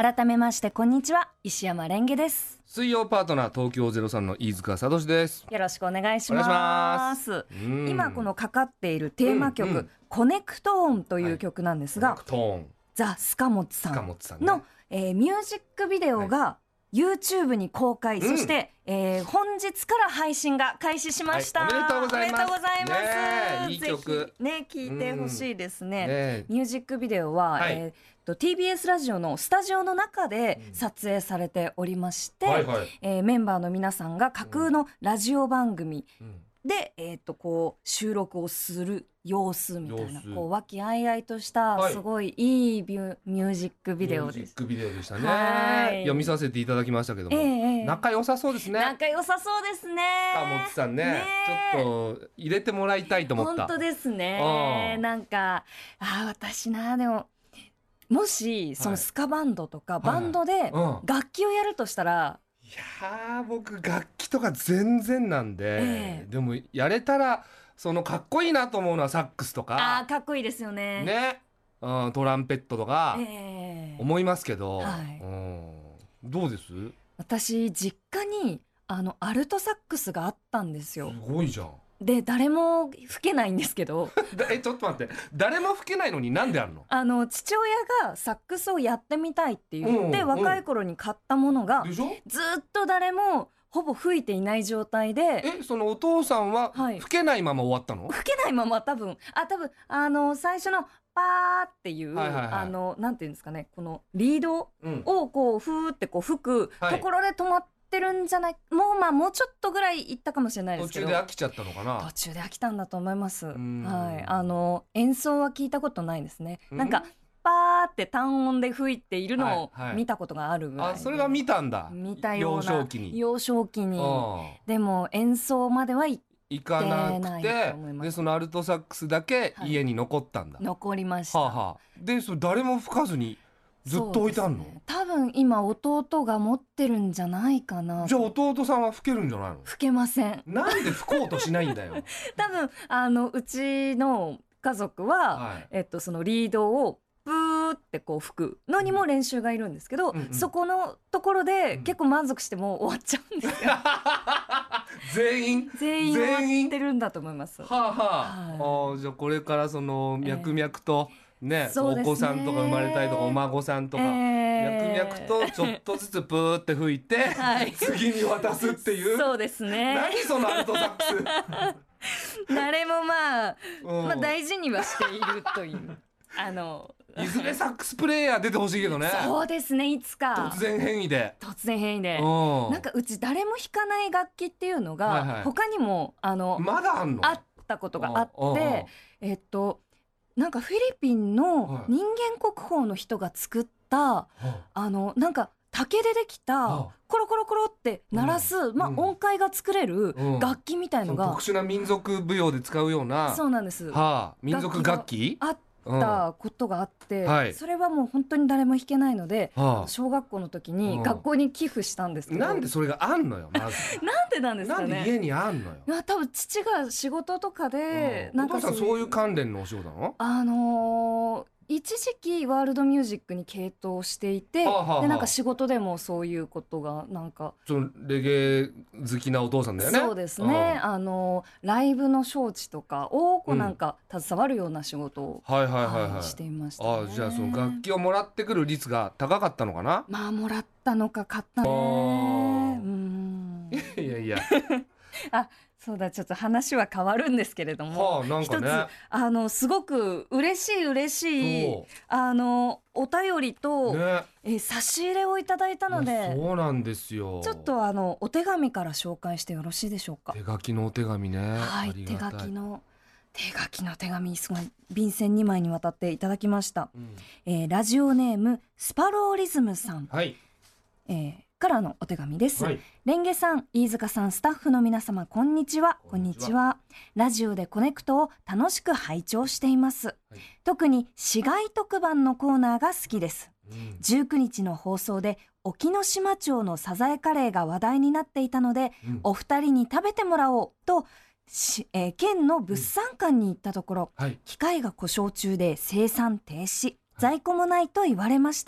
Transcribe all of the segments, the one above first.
改めましてこんにちは、石山レンゲです。 水曜パートナー東京03の飯塚聡です。 よろしくお願いします。今このかかっているテーマ曲、コネクト音という曲なんですが、ザ・スカモッツさんの、ミュージックビデオが YouTube に公開、そして、本日から配信が開始しました。 おめでとうございます。 いい曲。ぜひね、聴いてほしいですね。ミュージックビデオは、TBS ラジオのスタジオの中で撮影されておりまして、メンバーの皆さんが架空のラジオ番組で、こう収録をする様子みたいな、こう和気あいあいとしたすごいいいミュージックビデオです。 ミュージックビデオでしたね。見させていただきましたけども、仲良さそうですね。 仲良さそうですね。 スカモッツさんね、ちょっと入れてもらいたいと思った。 本当ですね。なんか私な、でももしそのスカバンドとかバンドで楽器をやるとしたら、 いやー、僕楽器とか全然なんで、でもやれたらそのかっこいいなと思うのはサックスとか、 かっこいいですよね。 ね、トランペットとか思いますけど、どうです？ 私実家にアルトサックスがあったんですよ。 すごいじゃん。 で誰も吹けないんですけどちょっと待って、誰も吹けないのになんであるの？ 父親がサックスをやってみたいって言って、若い頃に買ったものがずっと誰もほぼ吹いていない状態で、 そのお父さんは吹けないまま終わったの？ 吹けないまま多分最初のパーっていう、なんていうんですかね、このリードをこうふーってこう吹くところで止まってるんじゃない、もうちょっとぐらい行ったかもしれないですけど、 途中で飽きちゃったのかな。 途中で飽きたんだと思います。演奏は聞いたことないですね。なんかパーって単音で吹いているのを見たことがあるぐらいで。 それが見たんだ。 見たような。 幼少期に。 でも演奏までは行かなくて、でそのアルトサックスだけ家に残ったんだ。 残りました。 でそれ誰も吹かずにずっと置いてあるの？ 多分今弟が持ってるんじゃないかな。 じゃあ弟さんは吹けるんじゃないの？ 吹けません。 なんで吹こうとしないんだよ。 多分うちの家族は、そのリードをプーってこう吹くのにも練習がいるんですけど、そこのところで結構満足してもう終わっちゃうんですよ。全員終わってるんだと思います。じゃあこれからその脈々とね、お子さんとか生まれたりとかお孫さんとか、脈々とちょっとずつプーって吹いて、次に渡すっていう。 そうですね。 何そのアルトサックス。 誰も大事にはしているという。 いずれサックスプレーヤー出てほしいけどね。 そうですね、いつか。 突然変異で。 なんかうち誰も弾かない楽器っていうのが、他にもまだあんの？ あったことがあって、なんかフィリピンの人間国宝の人が作った、なんか竹でできたコロコロコロって鳴らす、音階が作れる楽器みたいのが、 特殊な民族舞踊で使うような。 そうなんです。 民族楽器あったことがあって、それはもう本当に誰も弾けないので、小学校の時に学校に寄付したんですけど。 なんでそれがあんのよ、まず。 なんでなんですかね。 なんで家にあんのよ。 多分父が仕事とかで、 お父さんそういう関連のお仕事なの？ 一時期ワールドミュージックに傾倒していて、でなんか仕事でもそういうことがなんかレゲエ好きなお父さんだよね。 そうですね。ライブの招致とかをこうなんか携わるような仕事をしていましたね。 じゃあその楽器をもらってくる率が高かったのかな。 もらったのか買ったね。 いやいや。 そうだ、ちょっと話は変わるんですけれども、一つすごく嬉しいお便りと、差し入れをいただいたので、 そうなんですよ。 ちょっとお手紙から紹介してよろしいでしょうか。 手書きのお手紙ね。 手書きの手紙、すごい便箋2枚にわたっていただきました。ラジオネームスパローリズムさん。からのお手紙です。レンゲさん、飯塚さん、スタッフの皆様、こんにちは。こんにちは。ラジオでコネクトを楽しく拝聴しています。特に市街特番のコーナーが好きです。19日の放送で沖ノ島町のサザエカレーが話題になっていたので、お二人に食べてもらおうと、県の物産館に行ったところ、機械が故障中で生産停止、在庫もないと言われました。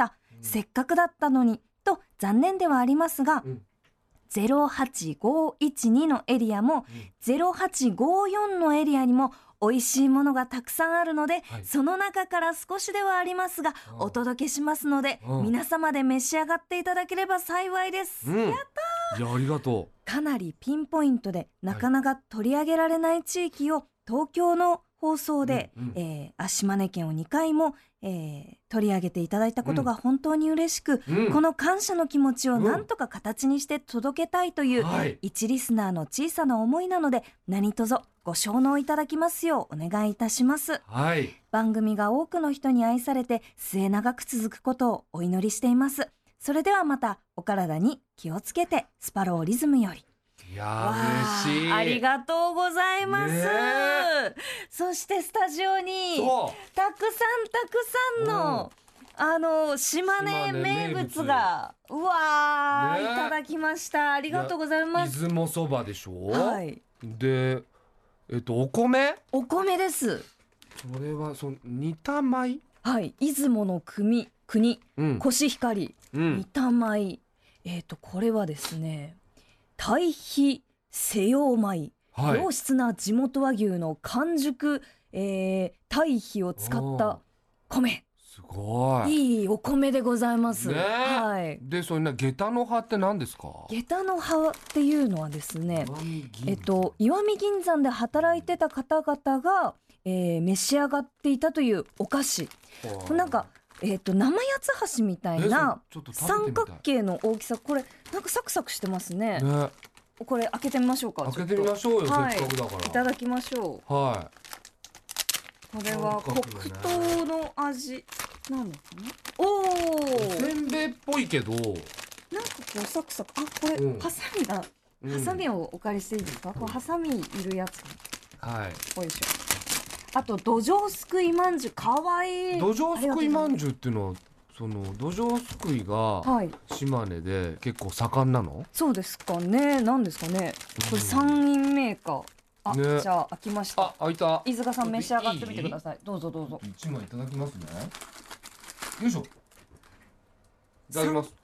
せっかくだったのにと残念ではありますが、08512のエリアも、0854のエリアにも美味しいものがたくさんあるので、その中から少しではありますがお届けしますので、皆様で召し上がっていただければ幸いです。やったー。いや、ありがとう。かなりピンポイントでなかなか取り上げられない地域を東京の放送で、島根県を2回も、取り上げていただいたことが本当に嬉しく、この感謝の気持ちをなんとか形にして届けたいという、一リスナーの小さな思いなので、何卒ご承納いただきますようお願いいたします。番組が多くの人に愛されて末永く続くことをお祈りしています。それではまたお体に気をつけて、スパローリズムより。 いや嬉しい。 ありがとうございます、そしてスタジオにたくさんの、島根名物がうわ、いただきました。ありがとうございます。 出雲そばでしょ。で、お米です。 それは煮た米。 出雲の国、コシヒカリ、煮た米。これはですね、堆肥西洋米、良質な地元和牛の完熟、堆肥を使った米。 すごいいお米でございます。 で、そんな下駄の葉って何ですか？ 下駄の葉っていうのはですね、石見銀山で働いてた方々が、召し上がっていたというお菓子。なんか生八つ橋みたいな三角形の大きさ。これなんかサクサクしてますね。これ開けてみましょうか。 開けてみましょうよ、せっかくだから。 いただきましょう。これは黒糖の味なのかな。 おせんべいっぽいけど、なんかこうサクサク。これハサミだ。ハサミをお借りしていいですか？これハサミいるやつ。よいしょ。あと土壌すくいまんじゅう、かわいい。 土壌すくいまんじゅうっていうのは、土壌すくいが島根で結構盛んなの？ そうですかね。なんですかね。これ山陰メーカー。じゃあ開きました。 開いた。 飯塚さん召し上がってみてください。どうぞどうぞ。 一枚いただきますね。よいしょ。いただきます。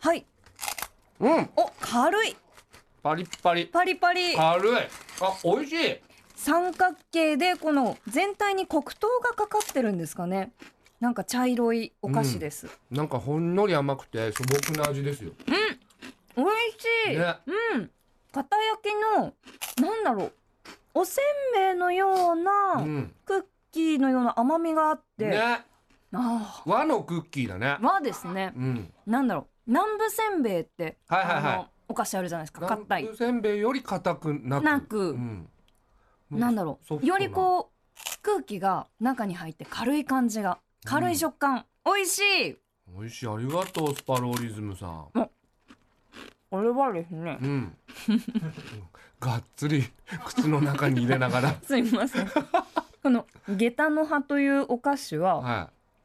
軽い。 パリパリ。 軽い。 美味しい。 三角形で、この全体に黒糖がかかってるんですかね。なんか茶色いお菓子です。 なんかほんのり甘くて素朴な味ですよ。 美味しい。片焼きのなんだろう、おせんべいのような、クッキーのような甘みがあって、 和のクッキーだね。 和ですね。なんだろう、南部せんべいってお菓子あるじゃないですか。硬い。 南部せんべいより硬くなく、 なんだろう、よりこう空気が中に入って軽い感じが、軽い食感。美味しい。 美味しい。ありがとう、スパローリズムさん。 これはですね、 がっつり口の中に入れながらすいません。この下駄の葉というお菓子は、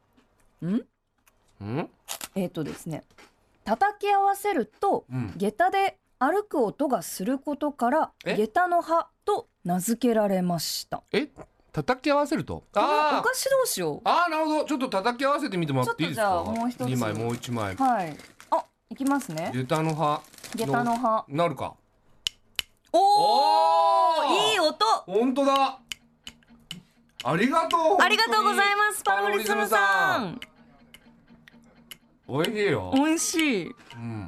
ですね、叩き合わせると、下駄で歩く音がすることから下駄の葉と名付けられました。 叩き合わせると、 お菓子同士を。 なるほど。ちょっと叩き合わせてみてもらっていいですか？ もう一つ。 2枚、もう1枚。 いきますね。 下駄の葉。なるか。 いい音。 本当だ。ありがとう。 ありがとうございます、スパローリズムさん。 美味しいよ。 美味しい。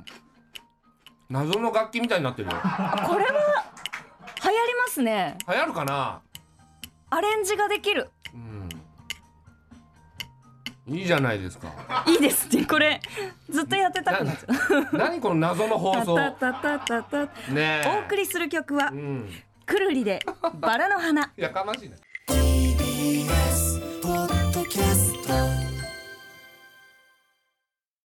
謎の楽器みたいになってるよ。 これは流行りますね。 流行るかな。 アレンジができる。 いいじゃないですか。 いいですね。これずっとやってたくなっちゃう。 何この謎の放送。お送りする曲はくるりでバラの花。 やかましいね。